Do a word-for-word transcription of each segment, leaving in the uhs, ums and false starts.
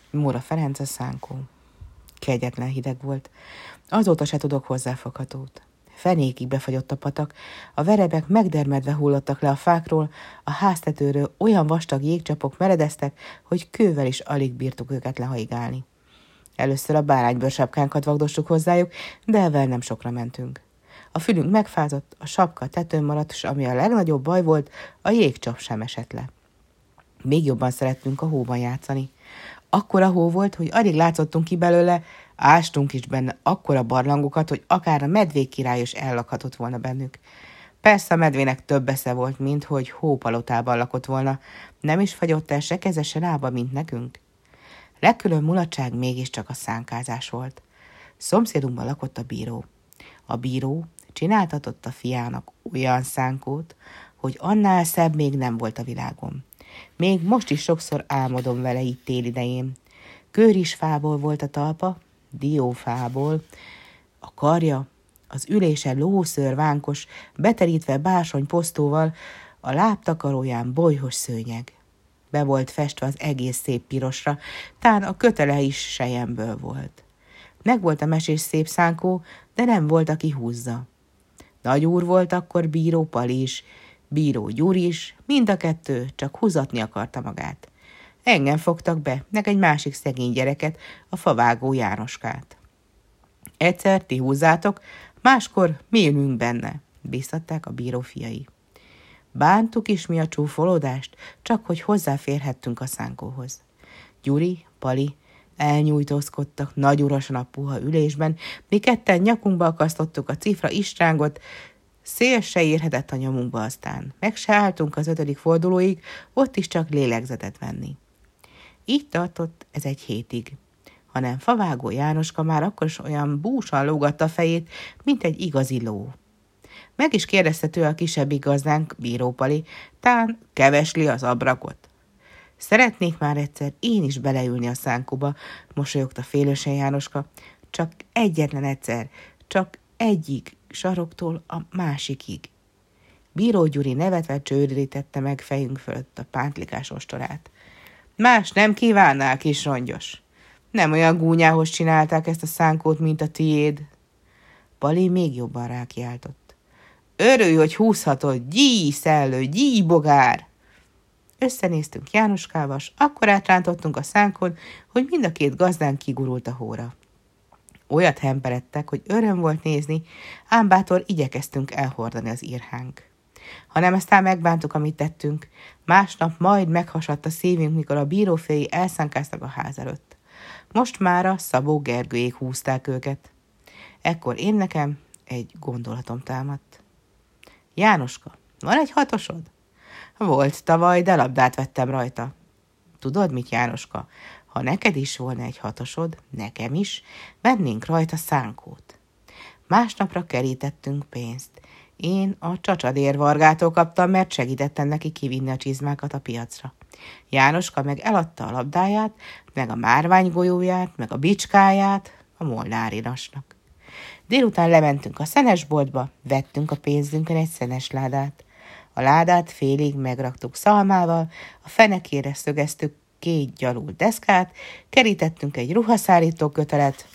Móra Ferenc a szánkó. Kegyetlen hideg volt. Azóta se tudok hozzáfoghatót. Fenékig befagyott a patak, a verebek megdermedve hullottak le a fákról, a háztetőről olyan vastag jégcsapok meredeztek, hogy kővel is alig bírtuk őket lehaigálni. Először a báránybőrsapkánkat vagdostuk hozzájuk, de ezzel nem sokra mentünk. A fülünk megfázott, a sapka tetőn maradt, és ami a legnagyobb baj volt, a jégcsap sem esett le. Még jobban szerettünk a hóban játszani. Akkora hó volt, hogy alig látszottunk ki belőle, ástunk is benne akkora barlangokat, hogy akár a medvék király is ellakhatott volna bennük. Persze a medvének több esze volt, mint hogy hópalotában lakott volna. Nem is fagyott el se keze, se lába, mint nekünk. Legkülönbb mulatság mégiscsak a szánkázás volt. Szomszédunkban lakott a bíró. A bíró csináltatott a fiának olyan szánkót, hogy annál szebb még nem volt a világon. Még most is sokszor álmodom vele így télidején. Kőrisfából volt a talpa, diófából, a karja, az ülése lószőr vánkos, beterítve bársony posztóval, a lábtakaróján bolyhos szőnyeg. Be volt festve az egész szép pirosra, tán a kötele is selyemből volt. Meg volt a mesés szép szánkó, de nem volt, aki húzza. Nagy úr volt akkor bíró Pali is, bíró Gyuri is, mind a kettő csak húzatni akarta magát. Engem fogtak be, meg egy másik szegény gyereket, a favágó Jánoskát. Egyszer ti húzzátok, máskor mi ülünk benne, bíztatták a bíró fiai. Bántuk is mi a csúfolódást, csak hogy hozzáférhettünk a szánkóhoz. Gyuri, Pali elnyújtózkodtak nagyurasan a puha ülésben, mi ketten nyakunkba akasztottuk a cifra istrángot, szél se érhetett a nyomunkba aztán. Meg se álltunk az ötödik fordulóig, ott is csak lélegzetet venni. Így tartott ez egy hétig, hanem favágó Jánoska már akkor is olyan búsan lógatta a fejét, mint egy igazi ló. Meg is kérdezte tőle a kisebbik gazdánk, bíró Pali, tán kevesli az abrakot. Szeretnék már egyszer én is beleülni a szánkóba, mosolyogta félősen Jánoska, csak egyetlen egyszer, csak egyik saroktól a másikig. Bíró Gyuri nevetve csődítette meg fejünk fölött a pántlikás ostorát. Más nem kívánnál, kis rongyos. Nem olyan gúnyához csinálták ezt a szánkót, mint a tiéd. Pali még jobban rákiáltott. Örülj, hogy húzhatod, gyí szellő, gyí bogár! Összenéztünk Jánoskával, s akkor átrántottunk a szánkon, hogy mind a két gazdán kigurult a hóra. Olyat hemperedtek, hogy öröm volt nézni, ám bátor igyekeztünk elhordani az írhánk. Hanem aztán megbántuk, amit tettünk, másnap majd meghasadt a szívünk, mikor a bíróféi elszánkáztak a ház előtt. Most mára Szabó Gergőjék húzták őket. Ekkor én nekem egy gondolatom támadt. Jánoska, van egy hatosod? Volt tavaly, de labdát vettem rajta. Tudod mit, Jánoska? Ha neked is volna egy hatosod, nekem is, vennénk rajta szánkót. Másnapra kerítettünk pénzt. Én a csacsadérvargától kaptam, mert segítettem neki kivinni a csizmákat a piacra. Jánoska meg eladta a labdáját, meg a márványgolyóját, meg a bicskáját a Molnárinasnak. Délután lementünk a szenesboltba, vettünk a pénzünkön egy szenes ládát. A ládát félig megraktuk szalmával, a fenekére szögeztük két gyalult deszkát, kerítettünk egy ruhaszárító kötelet,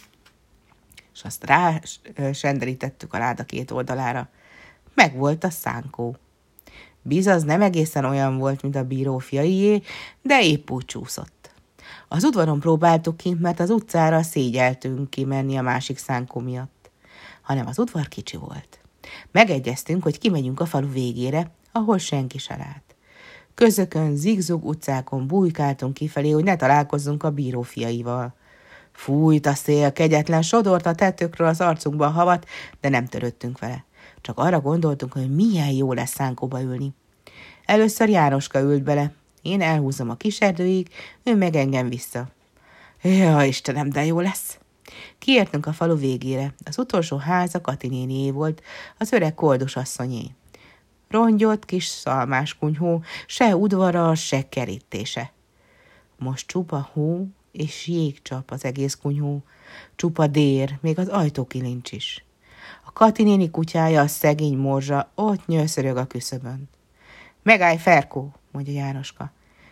és azt rá senderítettük a láda két oldalára. Meg volt a szánkó. Bizaz nem egészen olyan volt, mint a bíró fiaié, de épp úgy csúszott. Az udvaron próbáltuk ki, mert az utcára szégyeltünk kimenni a másik szánkó miatt. Hanem az udvar kicsi volt. Megegyeztünk, hogy kimegyünk a falu végére, ahol senki se lát. Közökön, zigzug utcákon bujkáltunk kifelé, hogy ne találkozzunk a bíró fiaival. Fújt a szél, kegyetlen, sodort a tetőkről az arcunkba a havat, de nem törődtünk vele. Csak arra gondoltunk, hogy milyen jó lesz szánkóba ülni. Először Jánoska ült bele. Én elhúzom a kiserdőig, ő meg engem vissza. Ja, Istenem, de jó lesz! Kiértünk a falu végére. Az utolsó ház a Kati nénié volt, az öreg Koldos asszonyé. Rongyott kis szalmás kunyhó, se udvara, se kerítése. Most csupa hó és jégcsap az egész kunyhó, csupa dér, még az ajtókilincs is. A Kati néni kutyája, a szegény morzsa, ott nyőszörög a küszöbön. Megállj, Ferkó, mondja Jánoska.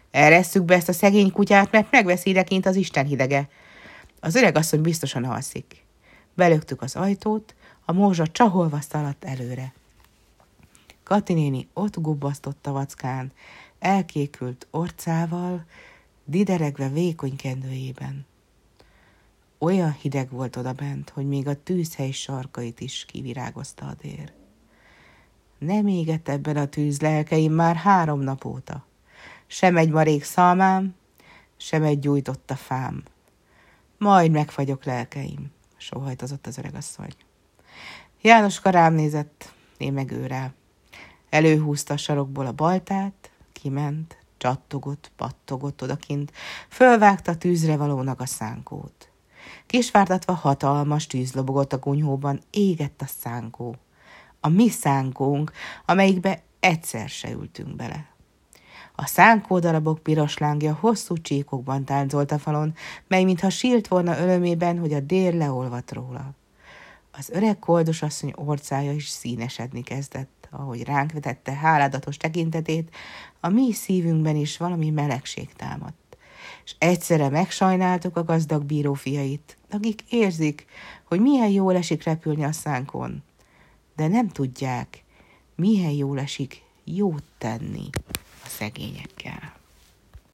Eresszük be ezt a szegény kutyát, mert megveszi ideként az Isten hidege. Az öregasszony biztosan alszik. Belöktük az ajtót, a morzsa csaholva szaladt előre. Kati néni ott gubbasztott a vackán, elkékült orcával, dideregve vékony kendőjében. Olyan hideg volt odabent, hogy még a tűzhely sarkait is kivirágozta a dér. Nem égett ebben a tűz lelkeim már három nap óta. Sem egy marék szalmám, sem egy gyújtott a fám. Majd megfagyok lelkeim, sóhajtozott az öregasszony. Jánoska rám nézett, én meg őrá. Előhúzta a sarokból a baltát, kiment, csattogott, pattogott odakint, fölvágta tűzre valónak a szánkót. Kisvártatva hatalmas tűz lobogott a kunyhóban, égett a szánkó. A mi szánkónk, amelyikbe egyszer se ültünk bele. A szánkó darabok piros lángja hosszú csíkokban táncolt a falon, mely mintha sírt volna ölömében, hogy a dér leolvadt róla. Az öreg koldosasszony orcája is színesedni kezdett, ahogy ránk vetette háládatos tekintetét, a mi szívünkben is valami melegség támadt. És egyszerre megsajnáltuk a gazdag bíró fiait, akik érzik, hogy milyen jól esik repülni a szánkon, de nem tudják, milyen jól esik jót tenni a szegényekkel.